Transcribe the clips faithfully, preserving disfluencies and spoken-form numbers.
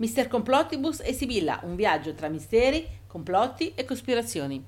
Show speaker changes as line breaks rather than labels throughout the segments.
mister Complottibus e Sibilla, un viaggio tra misteri, complotti e cospirazioni.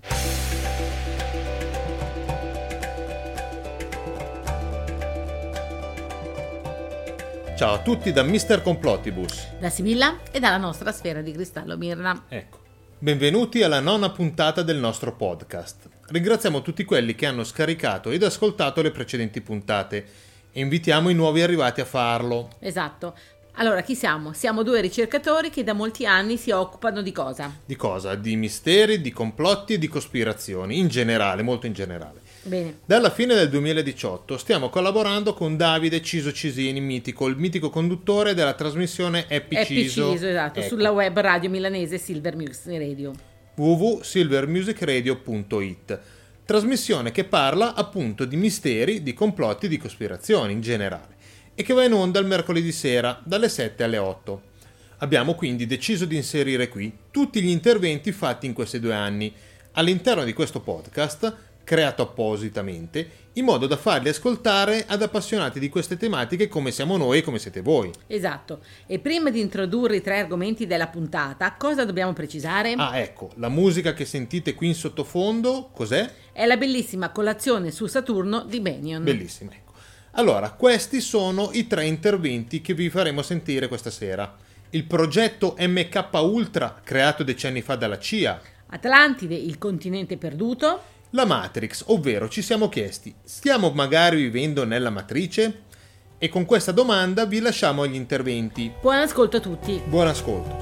Ciao a tutti da mister Complottibus,
Da Sibilla e dalla nostra sfera di cristallo Mirna.
ecco. Benvenuti alla nona puntata del nostro podcast. Ringraziamo tutti quelli che hanno scaricato ed ascoltato le precedenti puntate e invitiamo i nuovi arrivati a farlo.
Esatto. Allora, chi siamo? Siamo due ricercatori che da molti anni si occupano di cosa?
Di cosa? Di misteri, di complotti e di cospirazioni, in generale, molto in generale.
Bene.
Dalla fine del duemiladiciotto stiamo collaborando con Davide Ciso Cisini, mitico, il mitico conduttore della trasmissione Happy
Happy
Ciso.
Ciso, esatto,
Ecco.
sulla web radio milanese Silver Music Radio.
w w w punto silver music radio punto i t, trasmissione che parla appunto di misteri, di complotti, di cospirazioni in generale e che va in onda il mercoledì sera dalle sette alle otto. Abbiamo quindi deciso di inserire qui tutti gli interventi fatti in questi due anni all'interno di questo podcast creato appositamente in modo da farli ascoltare ad appassionati di queste tematiche come siamo noi e come siete voi.
Esatto. E prima di introdurre i tre argomenti della puntata, cosa dobbiamo precisare?
Ah, ecco, la musica che sentite qui in sottofondo, cos'è?
È la bellissima Colazione su Saturno di Bennion.
Bellissima, ecco. Allora, questi sono i tre interventi che vi faremo sentire questa sera. Il progetto M K Ultra, creato decenni fa dalla C I A.
Atlantide, il continente perduto.
La Matrix, ovvero ci siamo chiesti, stiamo magari vivendo nella matrice? E con questa domanda vi lasciamo agli interventi.
Buon ascolto a tutti.
Buon ascolto.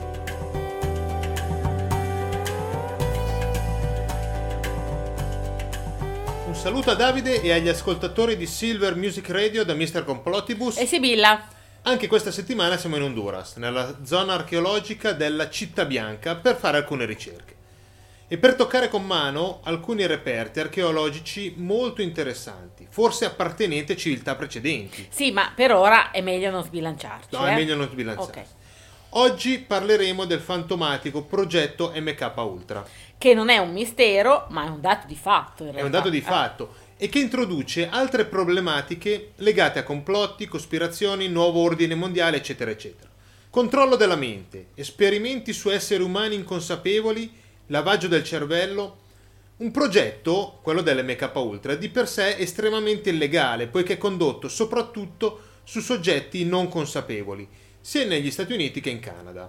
Un saluto a Davide e agli ascoltatori di Silver Music Radio da mister Complottibus.
E Sibilla.
Anche questa settimana siamo in Honduras, nella zona archeologica della Città Bianca, per fare alcune ricerche. E per toccare con mano alcuni reperti archeologici molto interessanti, forse appartenenti a civiltà precedenti.
Sì, ma per ora è meglio non sbilanciarci.
No,
eh?
è meglio non sbilanciarsi.
Ok.
Oggi parleremo del fantomatico progetto M K Ultra.
Che non è un mistero, ma è un dato di fatto. In
È un
realtà.
dato di fatto e che introduce altre problematiche legate a complotti, cospirazioni, nuovo ordine mondiale, eccetera, eccetera. Controllo della mente, esperimenti su esseri umani inconsapevoli, lavaggio del cervello. Un progetto, quello dell'M K Ultra, di per sé estremamente illegale, poiché è condotto soprattutto su soggetti non consapevoli, sia negli Stati Uniti che in Canada.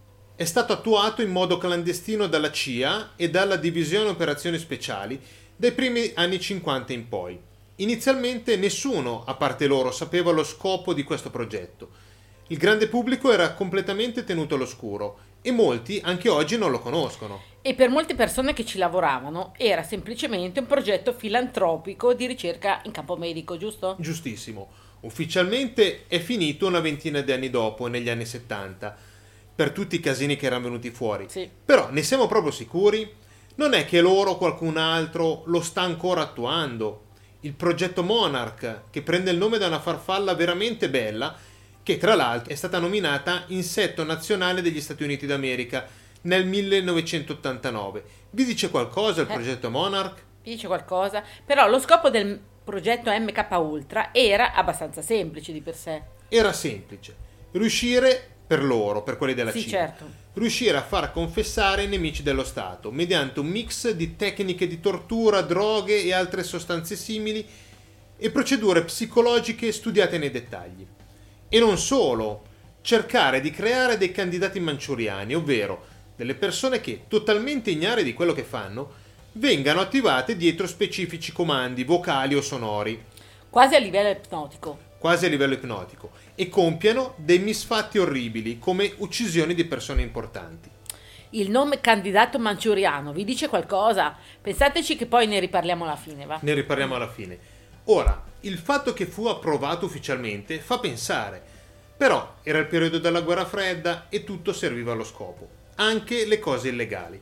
È stato attuato in modo clandestino dalla C I A e dalla Divisione Operazioni Speciali dai primi anni cinquanta in poi. Inizialmente nessuno, a parte loro, sapeva lo scopo di questo progetto. Il grande pubblico era completamente tenuto all'oscuro e molti anche oggi non lo conoscono.
E per molte persone che ci lavoravano era semplicemente un progetto filantropico di ricerca in campo medico, giusto?
Giustissimo. Ufficialmente è finito una ventina di anni dopo, negli anni settanta, per tutti i casini che erano venuti fuori.
Sì.
Però ne siamo proprio sicuri? Non è che loro o qualcun altro lo sta ancora attuando? Il progetto Monarch, che prende il nome da una farfalla veramente bella, che tra l'altro è stata nominata insetto nazionale degli Stati Uniti d'America nel millenovecentottantanove. Vi dice qualcosa il
Eh.
progetto Monarch?
Mi dice qualcosa? Però lo scopo del progetto M K Ultra era abbastanza semplice di per sé.
Era semplice. Riuscire, per loro, per quelli della
Sì,
C I A,
certo.
riuscire a far confessare i nemici dello Stato mediante un mix di tecniche di tortura, droghe e altre sostanze simili e procedure psicologiche studiate nei dettagli. E non solo, cercare di creare dei candidati manciuriani, ovvero delle persone che, totalmente ignare di quello che fanno, vengano attivate dietro specifici comandi vocali o sonori,
Quasi a livello ipnotico.
quasi a livello ipnotico, e compiano dei misfatti orribili come uccisioni di persone importanti.
Il nome candidato manciuriano vi dice qualcosa? Pensateci che poi ne riparliamo alla fine, va?
Ne riparliamo alla fine. Ora, il fatto che fu approvato ufficialmente fa pensare, però era il periodo della guerra fredda e tutto serviva allo scopo, anche le cose illegali.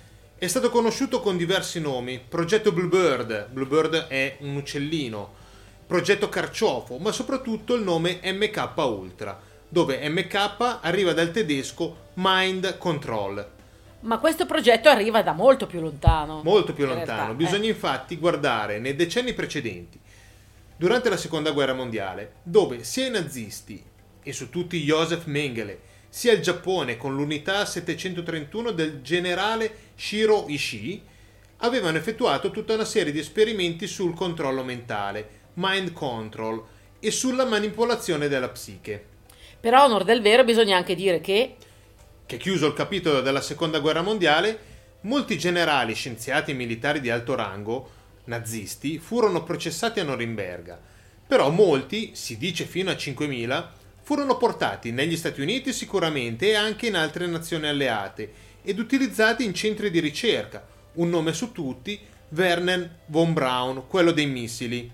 È stato conosciuto con diversi nomi: progetto Bluebird, Bluebird è un uccellino, progetto Carciofo, ma soprattutto il nome M K Ultra, dove M K arriva dal tedesco Mind Control.
Ma questo progetto arriva da molto più lontano.
Molto più
in
lontano.
realtà,
Bisogna
eh.
infatti guardare nei decenni precedenti, durante la seconda guerra mondiale, dove sia i nazisti e su tutti Joseph Mengele, sia il Giappone con l'unità settecentotrentuno del generale Shiro Ishii avevano effettuato tutta una serie di esperimenti sul controllo mentale, mind control, e sulla manipolazione della psiche.
Però, a onor del vero, bisogna anche dire che...
Che chiuso il capitolo della Seconda Guerra Mondiale, molti generali, scienziati e militari di alto rango, nazisti, furono processati a Norimberga. Però molti, si dice fino a cinquemila, furono portati negli Stati Uniti sicuramente e anche in altre nazioni alleate ed utilizzati in centri di ricerca. Un nome su tutti, Wernher von Braun, quello dei missili.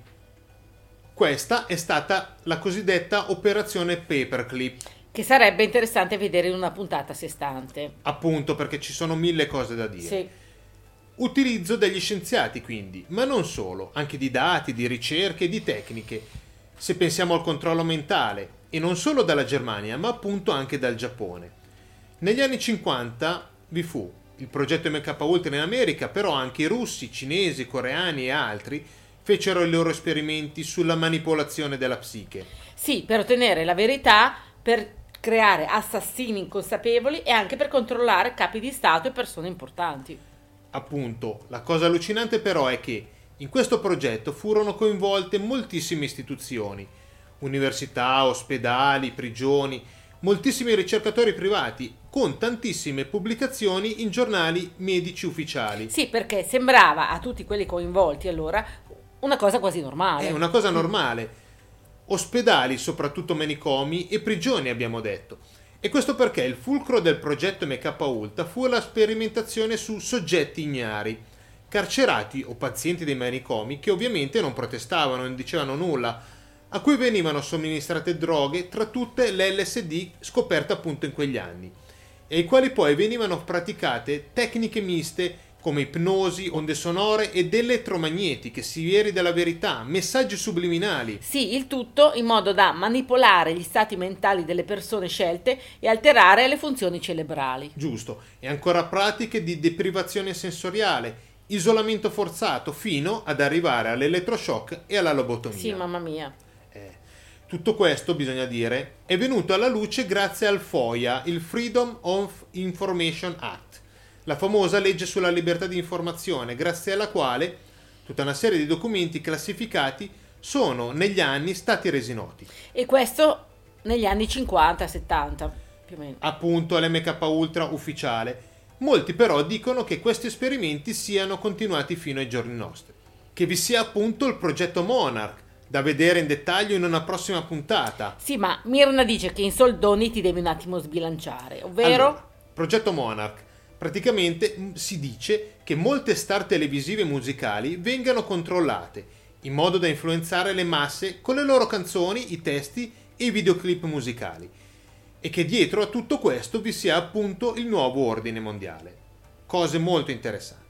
Questa è stata la cosiddetta operazione Paperclip.
Che sarebbe interessante vedere in una puntata a sé stante.
Appunto, perché ci sono mille cose da dire.
Sì.
Utilizzo degli scienziati quindi, ma non solo, anche di dati, di ricerche e di tecniche. Se pensiamo al controllo mentale, e non solo dalla Germania, ma appunto anche dal Giappone. Negli anni cinquanta vi fu il progetto M K Ultra in America, però anche i russi, cinesi, coreani e altri fecero i loro esperimenti sulla manipolazione della psiche.
Sì, per ottenere la verità, per creare assassini inconsapevoli e anche per controllare capi di Stato e persone importanti.
Appunto, la cosa allucinante però è che in questo progetto furono coinvolte moltissime istituzioni, università, ospedali, prigioni, moltissimi ricercatori privati, con tantissime pubblicazioni in giornali medici ufficiali.
Sì, perché sembrava a tutti quelli coinvolti allora una cosa quasi normale.
È una cosa normale. Ospedali, soprattutto manicomi, e prigioni abbiamo detto. E questo perché il fulcro del progetto M K Ultra fu la sperimentazione su soggetti ignari, carcerati o pazienti dei manicomi che ovviamente non protestavano, non dicevano nulla, a cui venivano somministrate droghe, tra tutte l'L S D scoperta appunto in quegli anni, e ai quali poi venivano praticate tecniche miste come ipnosi, onde sonore ed elettromagnetiche, sivieri della verità, messaggi subliminali.
Sì, il tutto in modo da manipolare gli stati mentali delle persone scelte e alterare le funzioni cerebrali.
Giusto, e ancora pratiche di deprivazione sensoriale, isolamento forzato, fino ad arrivare all'elettroshock e alla lobotomia.
Sì, mamma mia.
Eh, tutto questo, bisogna dire, è venuto alla luce grazie al FOIA, il Freedom of Information Act, la famosa legge sulla libertà di informazione, grazie alla quale tutta una serie di documenti classificati sono negli anni stati resi noti.
E questo negli anni cinquanta settanta, più o meno.
Appunto l'M K Ultra ufficiale. Molti però dicono che questi esperimenti siano continuati fino ai giorni nostri. Che vi sia appunto il progetto Monarch, da vedere in dettaglio in una prossima puntata.
Sì, ma Mirna dice che in soldoni ti devi un attimo sbilanciare, ovvero...
Allora, progetto Monarch. Praticamente si dice che molte star televisive e musicali vengano controllate, in modo da influenzare le masse con le loro canzoni, i testi e i videoclip musicali, e che dietro a tutto questo vi sia appunto il nuovo ordine mondiale. Cose molto interessanti.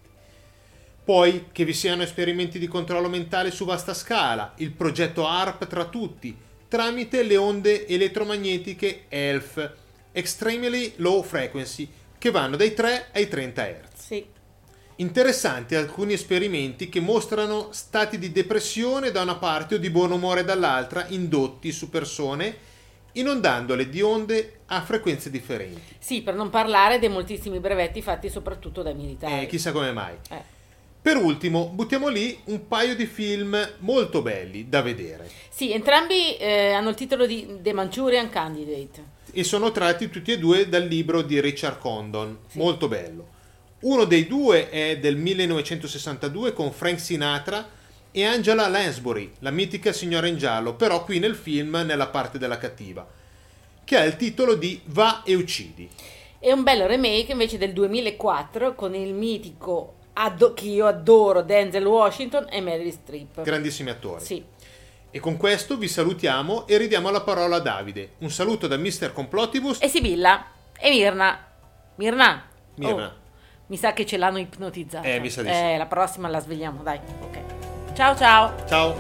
Poi che vi siano esperimenti di controllo mentale su vasta scala, il progetto A R P tra tutti, tramite le onde elettromagnetiche E L F, Extremely Low Frequency, che vanno dai tre ai trenta hertz.
Sì.
Interessanti alcuni esperimenti che mostrano stati di depressione da una parte o di buon umore dall'altra indotti su persone, inondandole di onde a frequenze differenti.
Sì, per non parlare dei moltissimi brevetti fatti soprattutto dai militari.
Eh, chissà come mai.
Eh.
Per ultimo, buttiamo lì un paio di film molto belli da vedere.
Sì, entrambi eh, hanno il titolo di The Manchurian Candidate.
E sono tratti tutti e due dal libro di Richard Condon,
sì.
Molto bello. Uno dei due è del millenovecentosessantadue con Frank Sinatra e Angela Lansbury, la mitica signora in giallo, però qui nel film nella parte della cattiva, che ha il titolo di Va e uccidi.
È un bello remake invece del duemilaquattro con il mitico, addo- che io adoro, Denzel Washington e Meryl Streep.
Grandissimi attori.
Sì.
E con questo vi salutiamo e ridiamo la parola a Davide. Un saluto da mister Complotibus
e Sibilla e Mirna. Mirna.
Mirna.
Oh, mi sa che ce l'hanno ipnotizzata.
Eh, mi sa di
eh,
sì.
La prossima la svegliamo, dai. Ok. Ciao ciao.
Ciao.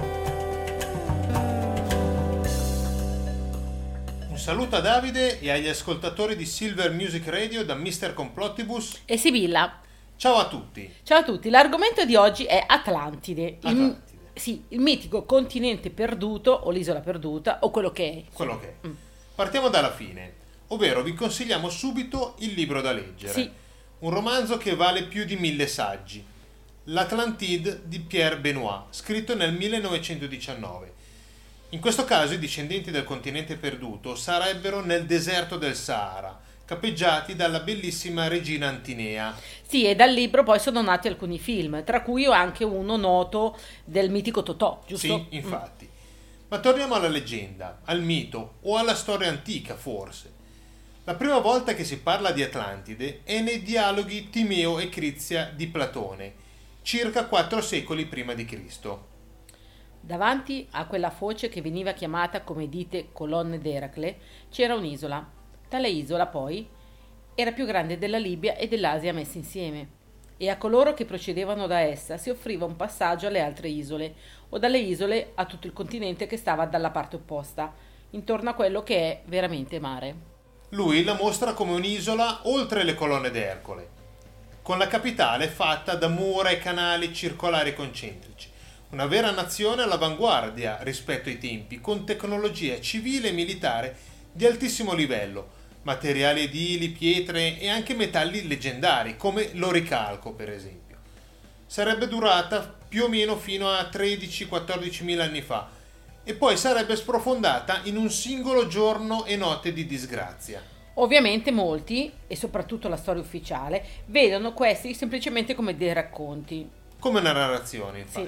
Un saluto a Davide e agli ascoltatori di Silver Music Radio da mister Complotibus
e Sibilla.
Ciao a tutti.
Ciao a tutti. L'argomento di oggi è Atlantide.
Atlantide.
Il, sì, il mitico continente perduto o l'isola perduta o quello che è.
Quello che è. Mm. Partiamo dalla fine. ovvero vi consigliamo subito il libro da leggere.
Sì.
Un romanzo che vale più di mille saggi. L'Atlantide di Pierre Benoit, scritto nel millenovecentodiciannove. In questo caso i discendenti del continente perduto sarebbero nel deserto del Sahara, capeggiati dalla bellissima regina Antinea.
Sì, e dal libro poi sono nati alcuni film, tra cui anche uno noto del mitico Totò, giusto?
Sì, infatti. Mm. Ma torniamo alla leggenda, al mito o alla storia antica, forse. La prima volta che si parla di Atlantide è nei dialoghi Timeo e Crizia di Platone, circa quattro secoli prima di Cristo.
Davanti a quella foce che veniva chiamata, come dite, colonne d'Eracle, c'era un'isola. Tale isola, poi, era più grande della Libia e dell'Asia messi insieme, e a coloro che procedevano da essa si offriva un passaggio alle altre isole, o dalle isole a tutto il continente che stava dalla parte opposta, intorno a quello che è veramente mare.
Lui la mostra come un'isola oltre le colonne d'Ercole, con la capitale fatta da mura e canali circolari concentrici. Una vera nazione all'avanguardia rispetto ai tempi, con tecnologia civile e militare di altissimo livello, materiali edili, pietre e anche metalli leggendari, come l'oricalco per esempio. Sarebbe durata più o meno fino a tredici quattordici mila anni fa, e poi sarebbe sprofondata in un singolo giorno e notte di disgrazia.
Ovviamente molti, e soprattutto la storia ufficiale, vedono questi semplicemente come dei racconti.
Come una narrazione, infatti.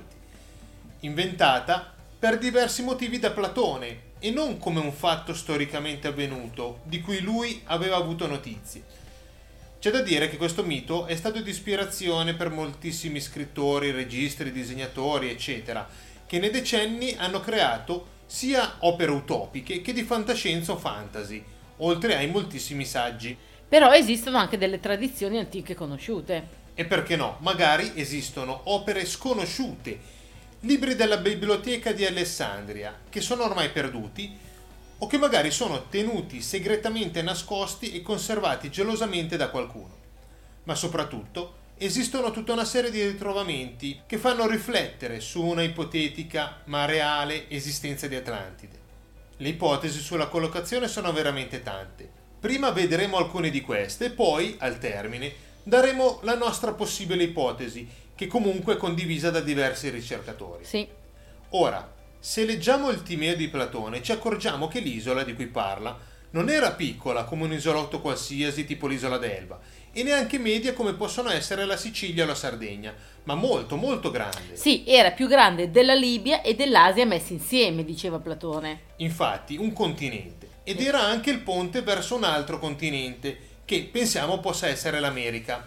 Sì. Inventata per diversi motivi da Platone e non come un fatto storicamente avvenuto di cui lui aveva avuto notizie. C'è da dire che questo mito è stato di ispirazione per moltissimi scrittori, registi, disegnatori, eccetera, che nei decenni hanno creato sia opere utopiche che di fantascienza o fantasy, oltre ai moltissimi saggi.
Però esistono anche delle tradizioni antiche conosciute.
E perché no, magari esistono opere sconosciute, libri della biblioteca di Alessandria, che sono ormai perduti, o che magari sono tenuti segretamente nascosti e conservati gelosamente da qualcuno. Ma soprattutto esistono tutta una serie di ritrovamenti che fanno riflettere su una ipotetica ma reale esistenza di Atlantide. Le ipotesi sulla collocazione sono veramente tante. Prima vedremo alcune di queste e poi, al termine, daremo la nostra possibile ipotesi, che comunque è condivisa da diversi ricercatori.
Sì.
Ora, se leggiamo il Timeo di Platone, ci accorgiamo che l'isola di cui parla non era piccola come un isolotto qualsiasi tipo l'isola d'Elba, e neanche media come possono essere la Sicilia o la Sardegna, ma molto molto grande.
Sì, era più grande della Libia e dell'Asia messi insieme, diceva Platone.
Infatti, un continente. Ed era anche il ponte verso un altro continente, che pensiamo possa essere l'America.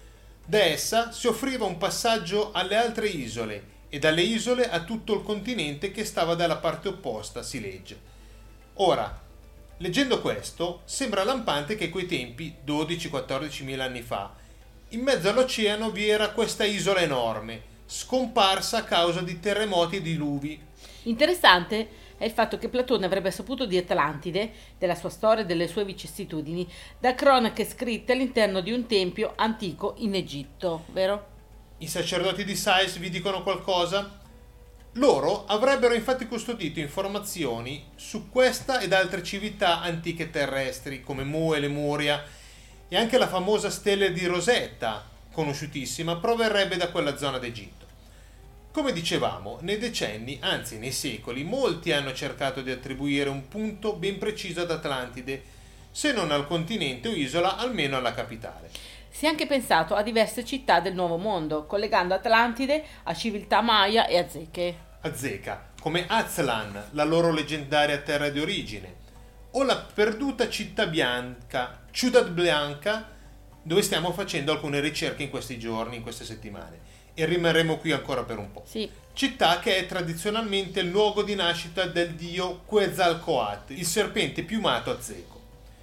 Da essa si offriva un passaggio alle altre isole e dalle isole a tutto il continente che stava dalla parte opposta, si legge. Ora, leggendo questo, sembra lampante che a quei tempi, dodici quattordici mila anni fa, in mezzo all'oceano vi era questa isola enorme, scomparsa a causa di terremoti e diluvi.
Interessante è il fatto che Platone avrebbe saputo di Atlantide, della sua storia e delle sue vicissitudini, da cronache scritte all'interno di un tempio antico in Egitto, vero?
I sacerdoti di Sais vi dicono qualcosa? Loro avrebbero infatti custodito informazioni su questa ed altre civiltà antiche terrestri, come Mu e Lemuria, e anche la famosa stella di Rosetta, conosciutissima, proverrebbe da quella zona d'Egitto. Come dicevamo, nei decenni, anzi nei secoli, molti hanno cercato di attribuire un punto ben preciso ad Atlantide, se non al continente o isola, almeno alla capitale.
Si è anche pensato a diverse città del Nuovo Mondo, collegando Atlantide a civiltà Maya e Azteche.
Azteca, come Aztlan, la loro leggendaria terra di origine, o la perduta città bianca, Ciudad Blanca, dove stiamo facendo alcune ricerche in questi giorni, in queste settimane, e rimarremo qui ancora per un po'.
Sì.
Città che è tradizionalmente il luogo di nascita del dio Quetzalcoatl, il serpente piumato azteco.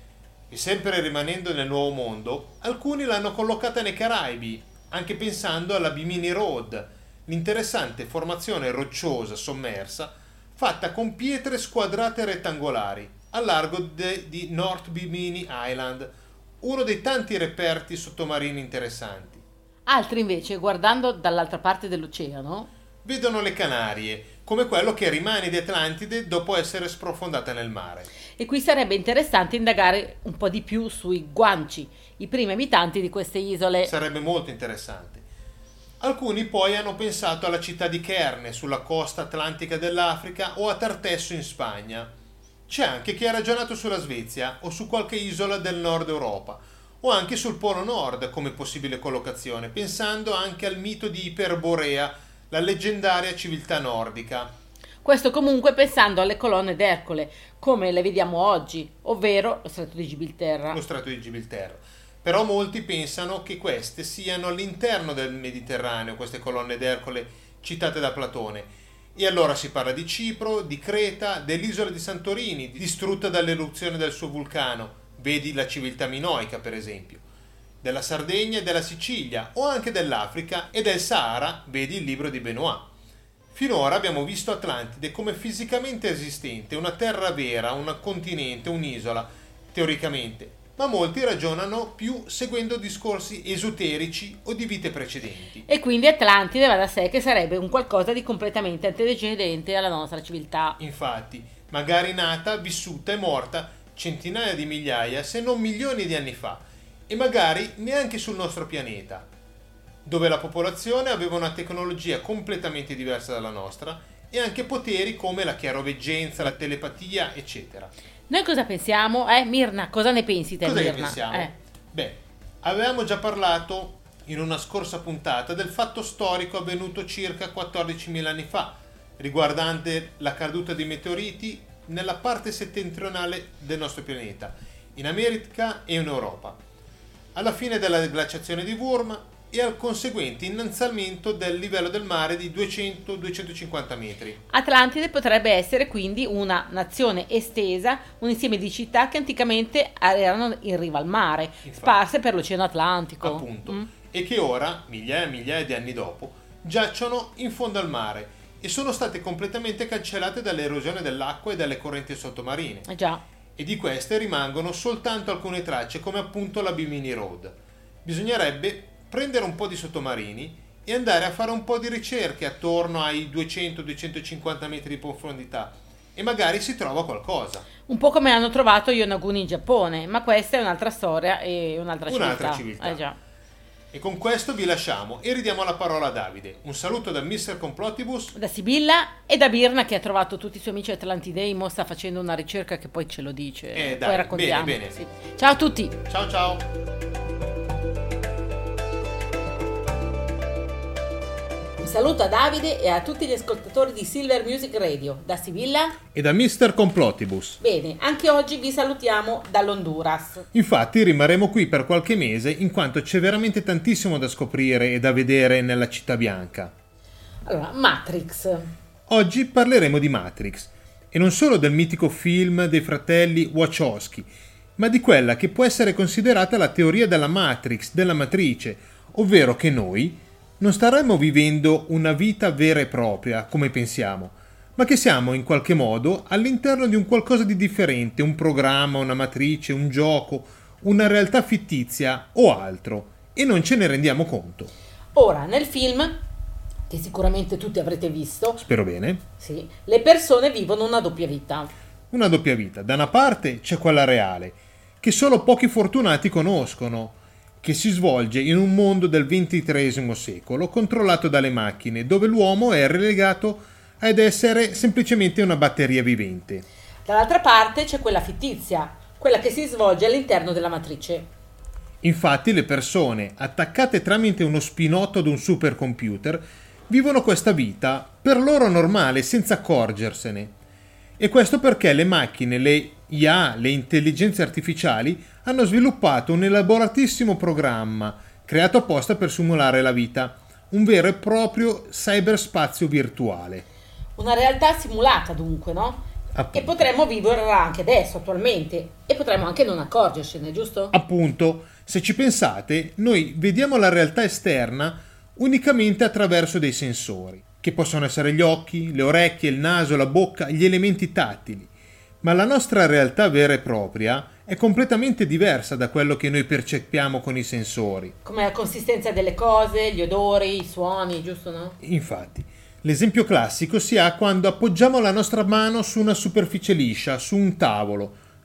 E sempre rimanendo nel Nuovo Mondo, alcuni l'hanno collocata nei Caraibi, anche pensando alla Bimini Road, l'interessante formazione rocciosa sommersa fatta con pietre squadrate rettangolari a largo de, di North Bimini Island, uno dei tanti reperti sottomarini interessanti.
Altri invece, guardando dall'altra parte dell'oceano,
vedono le Canarie come quello che rimane di Atlantide dopo essere sprofondata nel mare.
E qui sarebbe interessante indagare un po' di più sui Guanci, i primi abitanti di queste isole.
Sarebbe molto interessante. Alcuni poi hanno pensato alla città di Kerne, sulla costa atlantica dell'Africa, o a Tartesso in Spagna. C'è anche chi ha ragionato sulla Svezia o su qualche isola del nord Europa, o anche sul Polo Nord come possibile collocazione, pensando anche al mito di Iperborea, la leggendaria civiltà nordica.
Questo comunque pensando alle colonne d'Ercole, come le vediamo oggi, ovvero lo Stretto di Gibilterra.
Lo Stretto di Gibilterra. Però molti pensano che queste siano all'interno del Mediterraneo, queste colonne d'Ercole citate da Platone. E allora si parla di Cipro, di Creta, dell'isola di Santorini, distrutta dall'eruzione del suo vulcano, vedi la civiltà minoica per esempio, della Sardegna e della Sicilia, o anche dell'Africa e del Sahara, vedi il libro di Benoit. Finora abbiamo visto Atlantide come fisicamente esistente, una terra vera, un continente, un'isola, teoricamente, ma molti ragionano più seguendo discorsi esoterici o di vite precedenti.
E quindi Atlantide va da sé che sarebbe un qualcosa di completamente antecedente alla nostra civiltà.
Infatti, magari nata, vissuta e morta centinaia di migliaia, se non milioni di anni fa, e magari neanche sul nostro pianeta, dove la popolazione aveva una tecnologia completamente diversa dalla nostra e anche poteri come la chiaroveggenza, la telepatia, eccetera.
Noi cosa pensiamo? Eh, Mirna, cosa ne pensi te,
Cosa
Mirna?
ne pensiamo?
Eh.
Beh, avevamo già parlato in una scorsa puntata del fatto storico avvenuto circa quattordicimila anni fa, riguardante la caduta di meteoriti nella parte settentrionale del nostro pianeta, in America e in Europa, alla fine della glaciazione di Würm e al conseguente innalzamento del livello del mare di duecento duecentocinquanta metri.
Atlantide potrebbe essere quindi una nazione estesa, un insieme di città che anticamente erano in riva al mare,
Infatti,
sparse per l'Oceano Atlantico.
Appunto,
Mm.
e che ora, migliaia e migliaia di anni dopo, giacciono in fondo al mare e sono state completamente cancellate dall'erosione dell'acqua e dalle correnti sottomarine.
Eh già.
E di queste rimangono soltanto alcune tracce, come appunto la Bimini Road. Bisognerebbe prendere un po' di sottomarini e andare a fare un po' di ricerche attorno ai duecento duecentocinquanta metri di profondità e magari si trova qualcosa.
Un po' come hanno trovato Yonaguni in Giappone, ma questa è un'altra storia e un'altra,
Un'altra
civiltà.
civiltà.
Eh già.
E con questo vi lasciamo e ridiamo la parola a Davide. Un saluto da mister Complotibus.
Da Sibilla e da Birna che ha trovato tutti i suoi amici atlantidei, mo sta facendo una ricerca che poi ce lo dice.
Eh,
poi
dai,
raccontiamo.
bene, bene.
Sì. Ciao a tutti!
Ciao ciao!
Un saluto a Davide e a tutti gli ascoltatori di Silver Music Radio, da Sibilla
E da mister Complotibus.
Bene, anche oggi vi salutiamo dall'Honduras.
Infatti rimarremo qui per qualche mese in quanto c'è veramente tantissimo da scoprire e da vedere nella città bianca.
Allora, Matrix.
Oggi parleremo di Matrix e non solo del mitico film dei fratelli Wachowski, ma di quella che può essere considerata la teoria della Matrix, della matrice, ovvero che noi non staremmo vivendo una vita vera e propria, come pensiamo, ma che siamo in qualche modo all'interno di un qualcosa di differente, un programma, una matrice, un gioco, una realtà fittizia o altro, e non ce ne rendiamo conto.
Ora, nel film, che sicuramente tutti avrete visto,
Spero bene.
sì, le persone vivono una doppia vita.
Una doppia vita. Da una parte c'è quella reale, che solo pochi fortunati conoscono, che si svolge in un mondo del ventitreesimo secolo controllato dalle macchine, dove l'uomo è relegato ad essere semplicemente una batteria vivente.
Dall'altra parte c'è quella fittizia, quella che si svolge all'interno della matrice.
Infatti le persone, attaccate tramite uno spinotto ad un supercomputer, vivono questa vita per loro normale, senza accorgersene. E questo perché le macchine, le I A, le intelligenze artificiali, hanno sviluppato un elaboratissimo programma creato apposta per simulare la vita, un vero e proprio cyberspazio virtuale.
Una realtà simulata dunque, no?
Appunto.
E potremmo viverla anche adesso, attualmente, e potremmo anche non accorgercene, giusto?
Appunto, se ci pensate, noi vediamo la realtà esterna unicamente attraverso dei sensori, che possono essere gli occhi, le orecchie, il naso, la bocca, gli elementi tattili. Ma la nostra realtà vera e propria è completamente diversa da quello che noi percepiamo con i sensori.
Come la consistenza delle cose, gli odori, i suoni, giusto, no?
Infatti, l'esempio classico si ha quando appoggiamo la nostra mano su una superficie liscia, su un tavolo,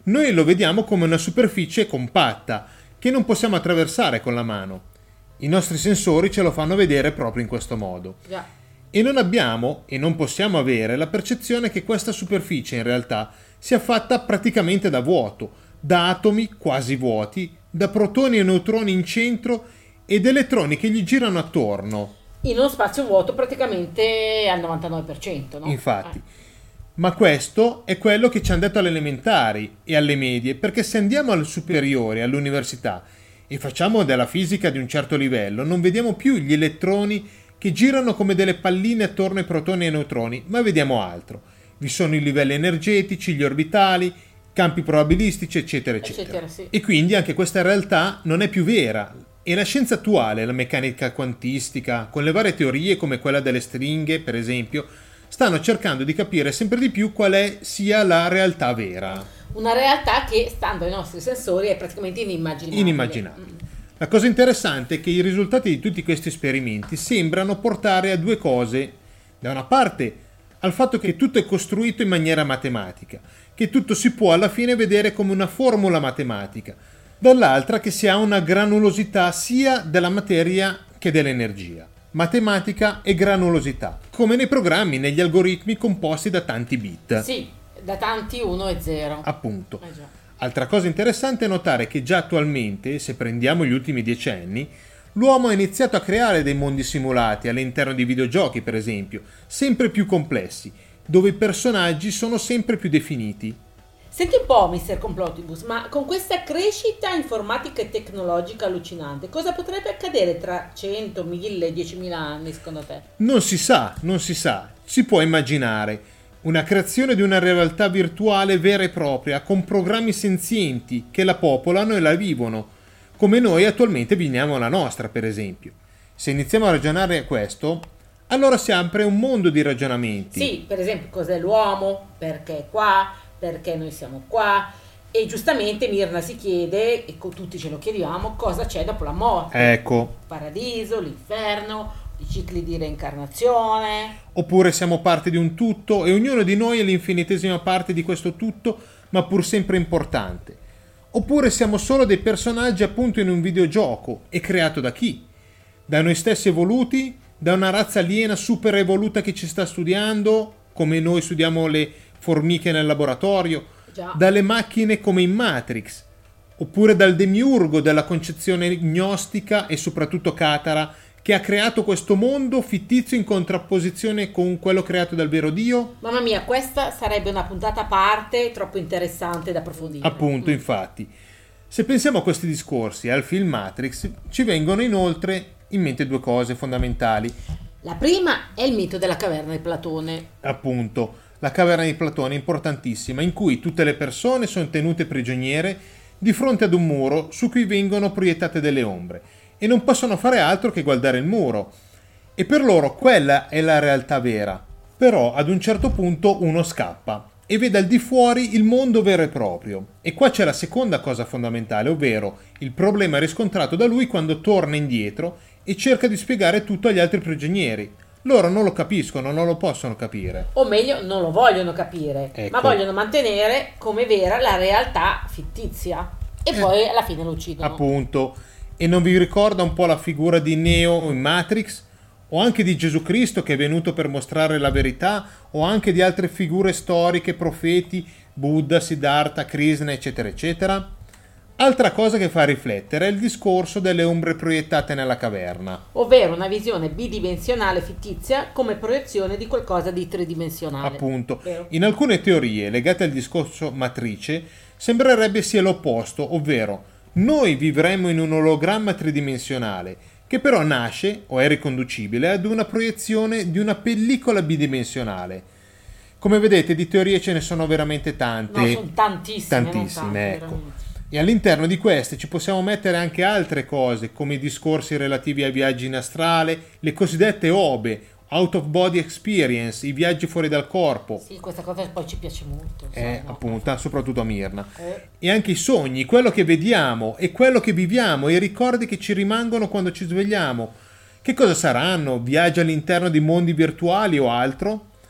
Noi lo vediamo come una superficie compatta che non possiamo attraversare con la mano. I nostri sensori ce lo fanno vedere proprio in questo modo.
Già.
E non abbiamo e non possiamo avere la percezione che questa superficie in realtà sia fatta praticamente da vuoto, da atomi quasi vuoti, da protoni e neutroni in centro ed elettroni che gli girano attorno.
In uno spazio vuoto praticamente al novantanove per cento, no?
Infatti.
Eh.
Ma questo è quello che ci hanno detto alle elementari e alle medie, perché se andiamo alle superiori, all'università, e facciamo della fisica di un certo livello, non vediamo più gli elettroni che girano come delle palline attorno ai protoni e ai neutroni, ma vediamo altro. Vi sono i livelli energetici, gli orbitali, campi probabilistici, eccetera, eccetera.
Eccetera, sì.
E quindi anche questa realtà non è più vera. E la scienza attuale, la meccanica quantistica, con le varie teorie come quella delle stringhe, per esempio, stanno cercando di capire sempre di più qual è sia la realtà vera.
Una realtà che, stando ai nostri sensori, è praticamente inimmaginabile.
Inimmaginabile. La cosa interessante è che i risultati di tutti questi esperimenti sembrano portare a due cose. Da una parte, al fatto che tutto è costruito in maniera matematica, che tutto si può alla fine vedere come una formula matematica. Dall'altra che si ha una granulosità sia della materia che dell'energia. Matematica e granulosità, come nei programmi, negli algoritmi composti da tanti bit.
Sì, da tanti uno e zero.
Appunto.
Eh già.
Altra cosa interessante è notare che già attualmente, se prendiamo gli ultimi dieci anni, l'uomo ha iniziato a creare dei mondi simulati all'interno di videogiochi, per esempio, sempre più complessi, dove i personaggi sono sempre più definiti.
Senti un po', mister Complotibus, ma con questa crescita informatica e tecnologica allucinante, cosa potrebbe accadere tra cento, mille, diecimila anni, secondo te?
Non si sa, non si sa. Si può immaginare una creazione di una realtà virtuale vera e propria, con programmi senzienti che la popolano e la vivono, come noi attualmente viviamo la nostra, per esempio. Se iniziamo a ragionare a questo, allora si apre un mondo di ragionamenti.
Sì, per esempio, cos'è l'uomo? Perché è qua? Perché noi siamo qua? E giustamente Mirna si chiede, e tutti ce lo chiediamo, cosa c'è dopo la morte?
Ecco.
Il paradiso, l'inferno, i cicli di reincarnazione.
Oppure siamo parte di un tutto e ognuno di noi è l'infinitesima parte di questo tutto, ma pur sempre importante. Oppure siamo solo dei personaggi appunto in un videogioco e creato da chi? Da noi stessi evoluti? Da una razza aliena super evoluta che ci sta studiando, come noi studiamo le formiche nel laboratorio?
Già.
Dalle macchine come in Matrix? Oppure dal demiurgo della concezione gnostica e soprattutto catara che ha creato questo mondo fittizio in contrapposizione con quello creato dal vero Dio?
Mamma mia, questa sarebbe una puntata a parte troppo interessante da approfondire.
Appunto,
Mm.
infatti. Se pensiamo a questi discorsi e al film Matrix, ci vengono inoltre in mente due cose fondamentali.
La prima è il mito della caverna di Platone.
Appunto, la caverna di Platone è importantissima, in cui tutte le persone sono tenute prigioniere di fronte ad un muro su cui vengono proiettate delle ombre e non possono fare altro che guardare il muro. E per loro quella è la realtà vera. Però ad un certo punto uno scappa e vede al di fuori il mondo vero e proprio. E qua c'è la seconda cosa fondamentale, ovvero il problema riscontrato da lui quando torna indietro e cerca di spiegare tutto agli altri prigionieri. Loro non lo capiscono, non lo possono capire.
O meglio, non lo vogliono capire,
Ecco.
ma vogliono mantenere come vera la realtà fittizia. E
Eh,
poi alla fine lo uccidono.
Appunto. E non vi ricorda un po' la figura di Neo in Matrix? O anche di Gesù Cristo che è venuto per mostrare la verità? O anche di altre figure storiche, profeti, Buddha, Siddhartha, Krishna, eccetera, eccetera? Altra cosa che fa riflettere è il discorso delle ombre proiettate nella caverna.
Ovvero una visione bidimensionale fittizia come proiezione di qualcosa di tridimensionale.
Appunto,
Vero?
in alcune teorie legate al discorso matrice sembrerebbe sia l'opposto, ovvero noi vivremmo in un ologramma tridimensionale che però nasce o è riconducibile ad una proiezione di una pellicola bidimensionale. Come vedete, di teorie ce ne sono veramente tante.
No, sono tantissime. non
Tantissime,
tante,
ecco.
veramente.
E all'interno di queste ci possiamo mettere anche altre cose, come i discorsi relativi ai viaggi in astrale, le cosiddette O B E, Out of Body Experience, i viaggi fuori dal corpo.
Sì, questa cosa poi ci piace molto.
Eh,
sai, no?
appunto, soprattutto a Mirna.
Eh.
E anche i sogni, quello che vediamo e quello che viviamo, e i ricordi che ci rimangono quando ci svegliamo. Che cosa saranno? Viaggi all'interno di mondi virtuali o altro?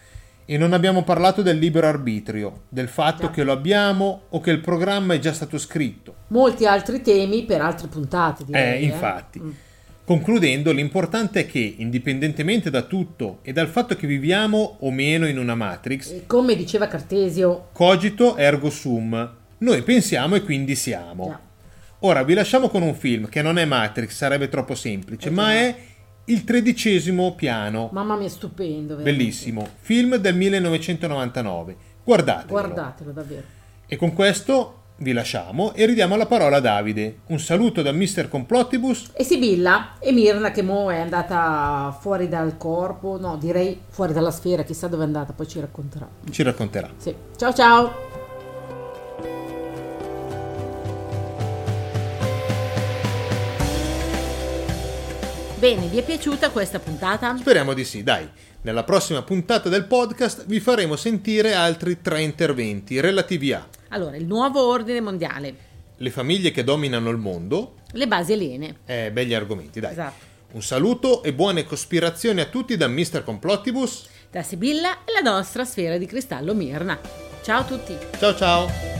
E non abbiamo parlato del libero arbitrio, del fatto
Già.
che lo abbiamo o che il programma è già stato scritto.
Molti altri temi per altre puntate, direi.
Eh, infatti. Mm. Concludendo, l'importante è che, indipendentemente da tutto e dal fatto che viviamo o meno in una Matrix,
E come diceva Cartesio,
cogito ergo sum, noi pensiamo e quindi siamo.
Già.
Ora vi lasciamo con un film che non è Matrix, sarebbe troppo semplice,
Eh,
ma
già.
è Il tredicesimo piano.
mamma mia, stupendo. veramente.
Bellissimo, film del millenovecentonovantanove. Guardatelo.
Guardatelo davvero.
E con questo vi lasciamo e ridiamo la parola a Davide. Un saluto da mister Complottibus.
E Sibilla e Mirna che mo è andata fuori dal corpo, no, direi fuori dalla sfera, chissà dove è andata, poi ci racconterà.
Ci racconterà.
Sì. Ciao ciao. Bene, vi è piaciuta questa puntata?
Speriamo di sì, dai. Nella prossima puntata del podcast vi faremo sentire altri tre interventi relativi a
Allora, il nuovo ordine mondiale,
le famiglie che dominano il mondo.
le basi aliene.
Eh, begli argomenti, dai.
Esatto.
Un saluto e buone cospirazioni a tutti da mister Complottibus.
Da Sibilla e la nostra sfera di cristallo Mirna. Ciao a tutti.
Ciao ciao.